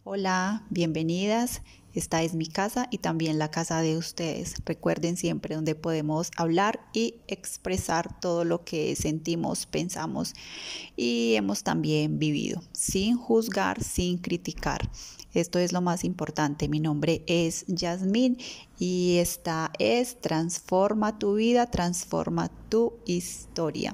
Hola, bienvenidas. Esta es mi casa y también la casa de ustedes. Recuerden siempre donde podemos hablar y expresar todo lo que sentimos, pensamos y hemos también vivido, sin juzgar, sin criticar. Esto es lo más importante. Mi nombre es Yasmín y esta es Transforma tu vida, transforma tu historia.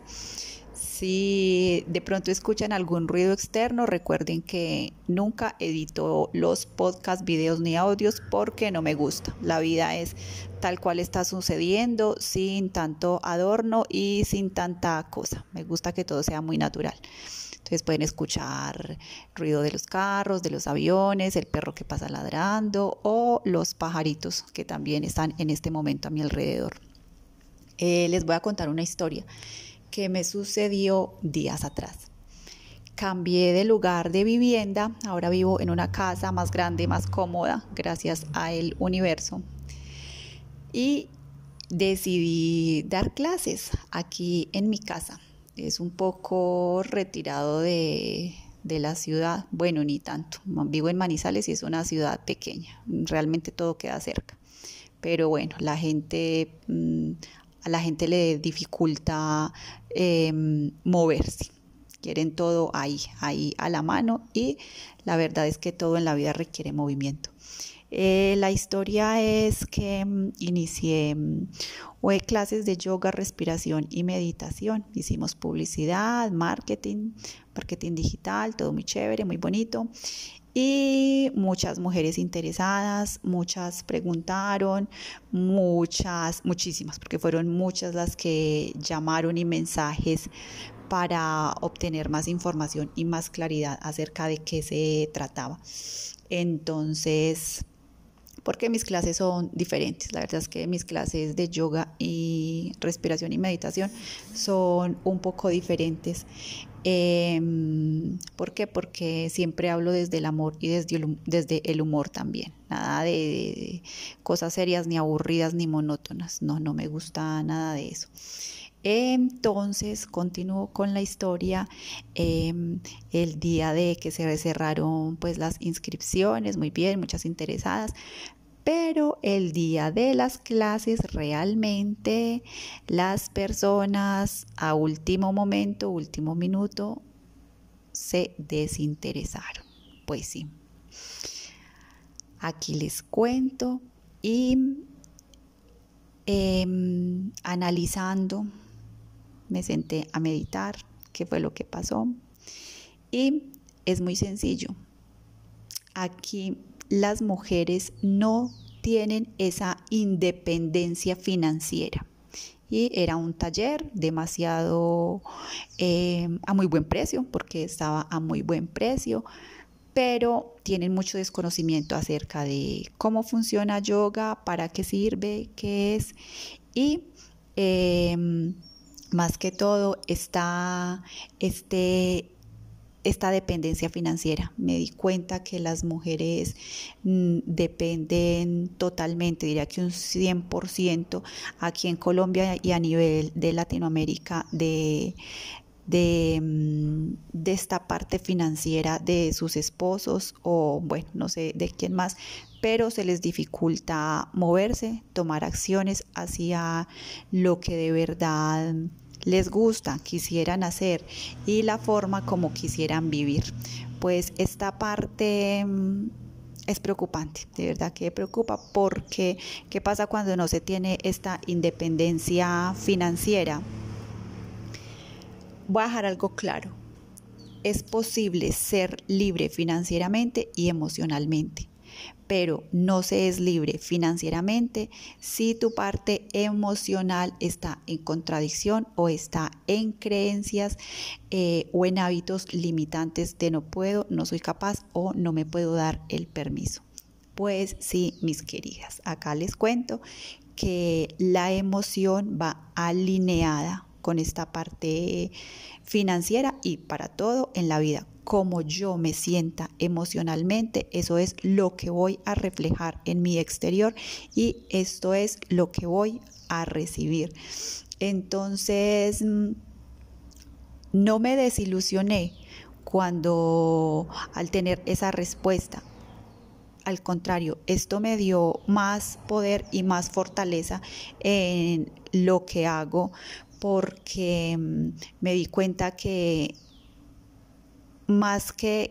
Si de pronto escuchan algún ruido externo, recuerden que nunca edito los podcasts, videos ni audios porque no me gusta. La vida es tal cual está sucediendo, sin tanto adorno y sin tanta cosa. Me gusta que todo sea muy natural. Entonces pueden escuchar ruido de los carros, de los aviones, el perro que pasa ladrando o los pajaritos que también están en este momento a mi alrededor. Les voy a contar una historia que me sucedió días atrás. Cambié de lugar de vivienda, ahora vivo en una casa más grande, más cómoda, gracias al universo. Y decidí dar clases aquí en mi casa. Es un poco retirado de la ciudad, bueno, ni tanto. Vivo en Manizales y es una ciudad pequeña, realmente todo queda cerca. Pero bueno, a la gente le dificulta moverse. Quieren todo ahí a la mano y la verdad es que todo en la vida requiere movimiento. La historia es que inicié clases de yoga, respiración y meditación. Hicimos publicidad, marketing digital, todo muy chévere, muy bonito. Y muchas mujeres interesadas, muchas preguntaron, muchísimas, porque fueron muchas las que llamaron y mensajes para obtener más información y más claridad acerca de qué se trataba. Entonces, porque mis clases son diferentes. La verdad es que mis clases de yoga y respiración y meditación son un poco diferentes. ¿Por qué? Porque siempre hablo desde el amor y desde el humor también. Nada de cosas serias, ni aburridas, ni monótonas. No me gusta nada de eso. Entonces continúo con la historia. El día de que se cerraron pues las inscripciones, muy bien, muchas interesadas. Pero el día de las clases realmente las personas a último momento, último minuto, se desinteresaron. Pues sí, aquí les cuento y analizando, me senté a meditar qué fue lo que pasó y es muy sencillo. Aquí las mujeres no tienen esa independencia financiera. Y era un taller demasiado a muy buen precio, porque estaba a muy buen precio, pero tienen mucho desconocimiento acerca de cómo funciona yoga, para qué sirve, qué es, y más que todo está esta dependencia financiera. Me di cuenta que las mujeres dependen totalmente, diría que un 100% aquí en Colombia y a nivel de Latinoamérica de esta parte financiera de sus esposos o bueno, no sé de quién más, pero se les dificulta moverse, tomar acciones hacia lo que de verdad les gusta, quisieran hacer y la forma como quisieran vivir. Pues esta parte es preocupante, de verdad que preocupa, porque ¿qué pasa cuando no se tiene esta independencia financiera? Voy a dejar algo claro. Es posible ser libre financieramente y emocionalmente, pero no se es libre financieramente si tu parte emocional está en contradicción o está en creencias o en hábitos limitantes de no puedo, no soy capaz o no me puedo dar el permiso. Pues sí, mis queridas, acá les cuento que la emoción va alineada con esta parte financiera y para todo en la vida. Como yo me sienta emocionalmente, eso es lo que voy a reflejar en mi exterior y esto es lo que voy a recibir. Entonces, no me desilusioné cuando al tener esa respuesta, al contrario, esto me dio más poder y más fortaleza en lo que hago, porque me di cuenta que más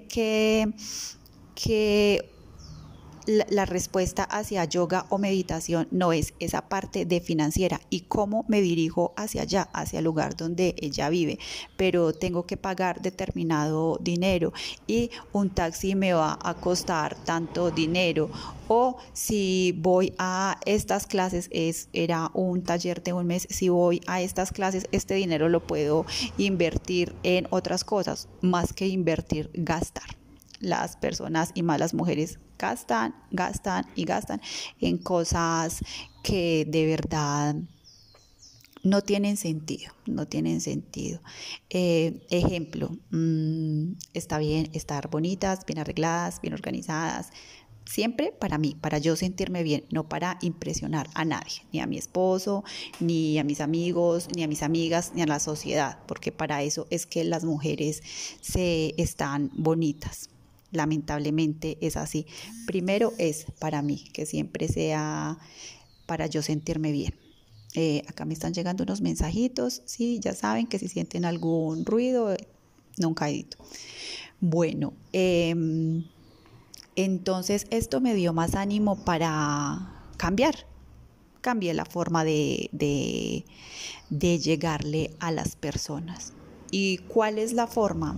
que la respuesta hacia yoga o meditación no es esa parte de financiera y cómo me dirijo hacia allá, hacia el lugar donde ella vive, pero tengo que pagar determinado dinero y un taxi me va a costar tanto dinero, o si voy a estas clases, era un taller de un mes, si voy a estas clases, este dinero lo puedo invertir en otras cosas, más que invertir, gastar. Las personas y más las mujeres gastan, gastan y gastan en cosas que de verdad no tienen sentido, no tienen sentido. Ejemplo, está bien estar bonitas, bien arregladas, bien organizadas, siempre para mí, para yo sentirme bien, no para impresionar a nadie, ni a mi esposo, ni a mis amigos, ni a mis amigas, ni a la sociedad, porque para eso es que las mujeres se están bonitas. Lamentablemente es así. Primero es para mí, que siempre sea para yo sentirme bien. Acá me están llegando unos mensajitos, sí, ya saben que si sienten algún ruido, nunca edito. Bueno, entonces esto me dio más ánimo para cambiar. Cambié la forma de llegarle a las personas. ¿Y cuál es la forma?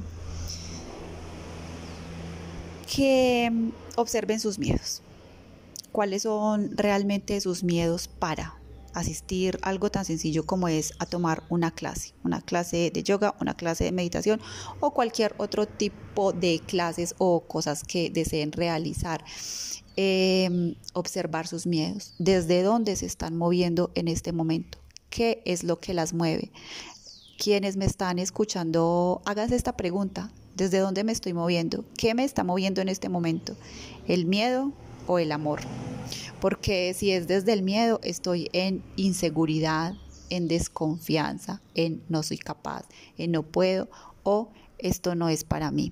Que observen sus miedos. ¿Cuáles son realmente sus miedos para asistir a algo tan sencillo como es a tomar una clase de yoga, una clase de meditación o cualquier otro tipo de clases o cosas que deseen realizar? Observar sus miedos, desde dónde se están moviendo en este momento, qué es lo que las mueve. Quienes me están escuchando, háganse esta pregunta: ¿desde dónde me estoy moviendo? ¿Qué me está moviendo en este momento? ¿El miedo o el amor? Porque si es desde el miedo, estoy en inseguridad, en desconfianza, en no soy capaz, en no puedo, o esto no es para mí.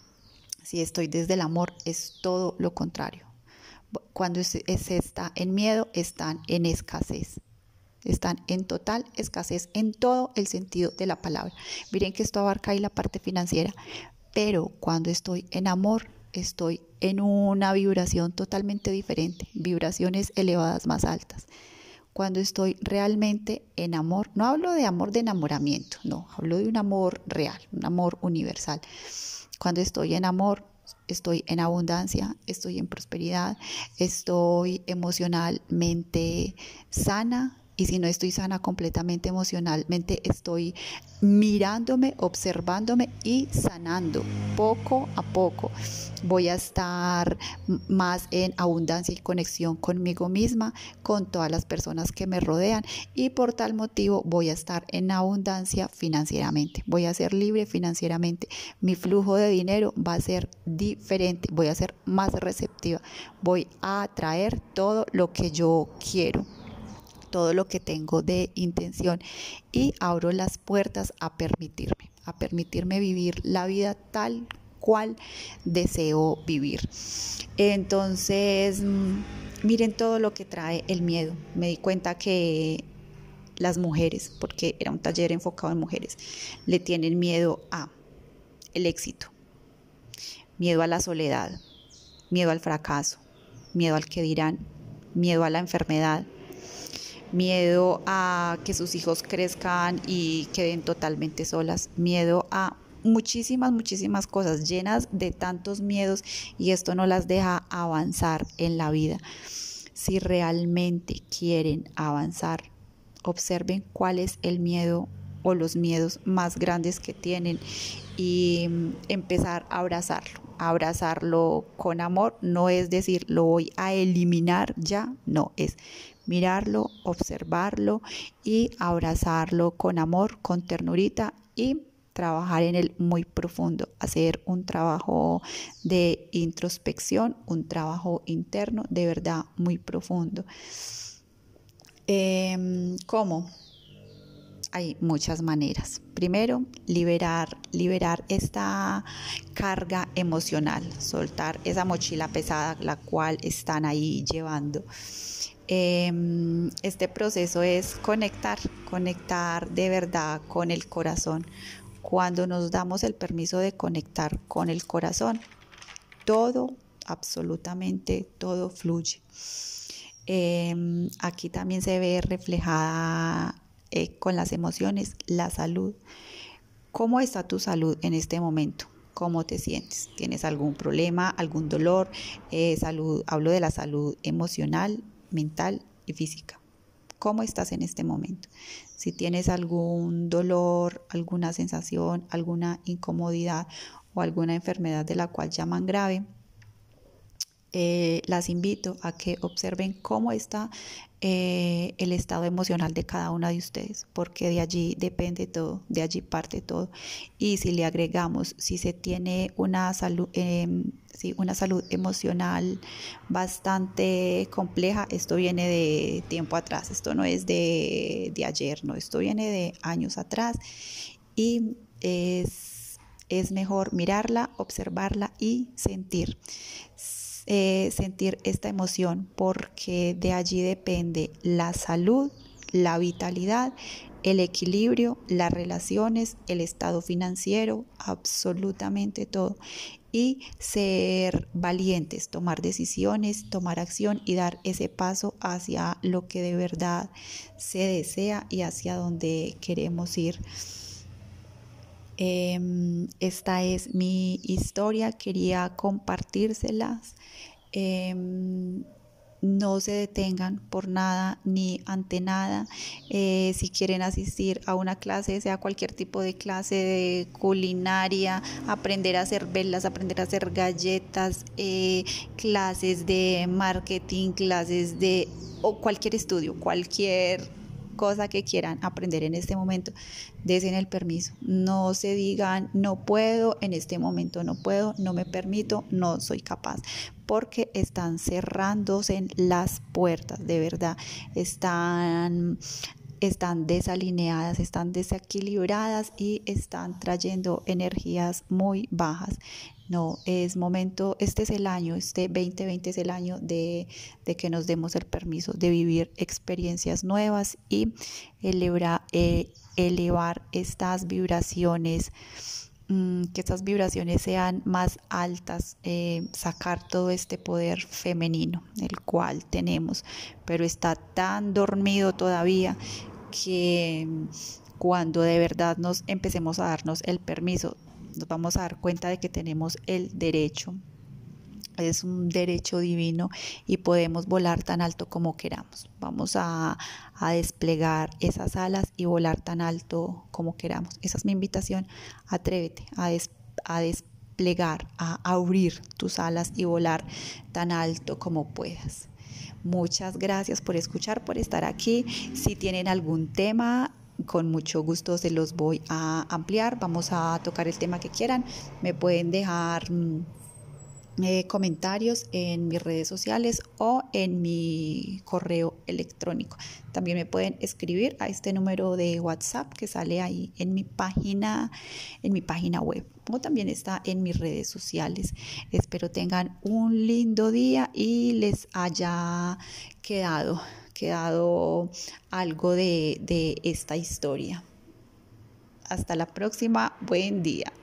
Si estoy desde el amor, es todo lo contrario. Cuando se está en miedo, están en escasez. Están en total escasez en todo el sentido de la palabra. Miren que esto abarca ahí la parte financiera, pero cuando estoy en amor, estoy en una vibración totalmente diferente, vibraciones elevadas más altas. Cuando estoy realmente en amor, no hablo de amor de enamoramiento, no, hablo de un amor real, un amor universal. Cuando estoy en amor, estoy en abundancia, estoy en prosperidad, estoy emocionalmente sana. Y si no estoy sana completamente emocionalmente, estoy mirándome, observándome y sanando poco a poco. Voy a estar más en abundancia y conexión conmigo misma, con todas las personas que me rodean, y por tal motivo voy a estar en abundancia financieramente. Voy a ser libre financieramente. Mi flujo de dinero va a ser diferente, voy a ser más receptiva. Voy a atraer todo lo que yo quiero, todo lo que tengo de intención, y abro las puertas a permitirme vivir la vida tal cual deseo vivir. Entonces, miren todo lo que trae el miedo. Me di cuenta que las mujeres, porque era un taller enfocado en mujeres, le tienen miedo a el éxito, miedo a la soledad, miedo al fracaso, miedo al que dirán, miedo a la enfermedad, miedo a que sus hijos crezcan y queden totalmente solas, miedo a muchísimas cosas, llenas de tantos miedos, y esto no las deja avanzar en la vida. Si realmente quieren avanzar, observen cuál es el miedo o los miedos más grandes que tienen y empezar a abrazarlo con amor. No es decir, lo voy a eliminar ya, no, es mirarlo, observarlo y abrazarlo con amor, con ternurita, y trabajar en él muy profundo, hacer un trabajo de introspección, un trabajo interno de verdad muy profundo. ¿Cómo? hay muchas maneras. Primero, liberar esta carga emocional, soltar esa mochila pesada la cual están ahí llevando. Este proceso es conectar de verdad con el corazón. Cuando nos damos el permiso de conectar con el corazón, todo, absolutamente todo fluye. Aquí también se ve reflejada con las emociones la salud. ¿Cómo está tu salud en este momento? ¿Cómo te sientes? ¿Tienes algún problema, algún dolor? Hablo de la salud emocional, mental y física. ¿Cómo estás en este momento? Si tienes algún dolor, alguna sensación, alguna incomodidad o alguna enfermedad de la cual llaman grave, las invito a que observen cómo está el estado emocional de cada una de ustedes, porque de allí depende todo, de allí parte todo. Y si le agregamos, si se tiene una salud emocional bastante compleja, esto viene de tiempo atrás, esto no es de ayer, no, esto viene de años atrás y es mejor mirarla, observarla y sentir esta emoción, porque de allí depende la salud, la vitalidad, el equilibrio, las relaciones, el estado financiero, absolutamente todo. Y ser valientes, tomar decisiones, tomar acción y dar ese paso hacia lo que de verdad se desea y hacia donde queremos ir. Esta es mi historia, quería compartírselas. No se detengan por nada ni ante nada. Si quieren asistir a una clase, sea cualquier tipo de clase de culinaria, aprender a hacer velas, aprender a hacer galletas, clases de marketing, o cualquier estudio, cualquier cosa que quieran aprender en este momento, desen el permiso. No se digan, no puedo, en este momento no puedo, no me permito, no soy capaz, porque están cerrándose en las puertas, de verdad, están desalineadas, están desequilibradas y están trayendo energías muy bajas. No, es momento, este es el año, este 2020 es el año de que nos demos el permiso de vivir experiencias nuevas y elevar estas vibraciones, que estas vibraciones sean más altas, sacar todo este poder femenino, el cual tenemos, pero está tan dormido todavía que cuando de verdad nos empecemos a darnos el permiso, nos vamos a dar cuenta de que tenemos el derecho. Es un derecho divino y podemos volar tan alto como queramos. Vamos a desplegar esas alas y volar tan alto como queramos. Esa es mi invitación. Atrévete a desplegar, a abrir tus alas y volar tan alto como puedas. Muchas gracias por escuchar, por estar aquí. Si tienen algún tema, con mucho gusto se los voy a ampliar. Vamos a tocar el tema que quieran. Me pueden dejar comentarios en mis redes sociales o en mi correo electrónico. También me pueden escribir a este número de WhatsApp que sale ahí en mi página web, o también está en mis redes sociales. Espero tengan un lindo día y les haya quedado algo de esta historia. Hasta la próxima, buen día.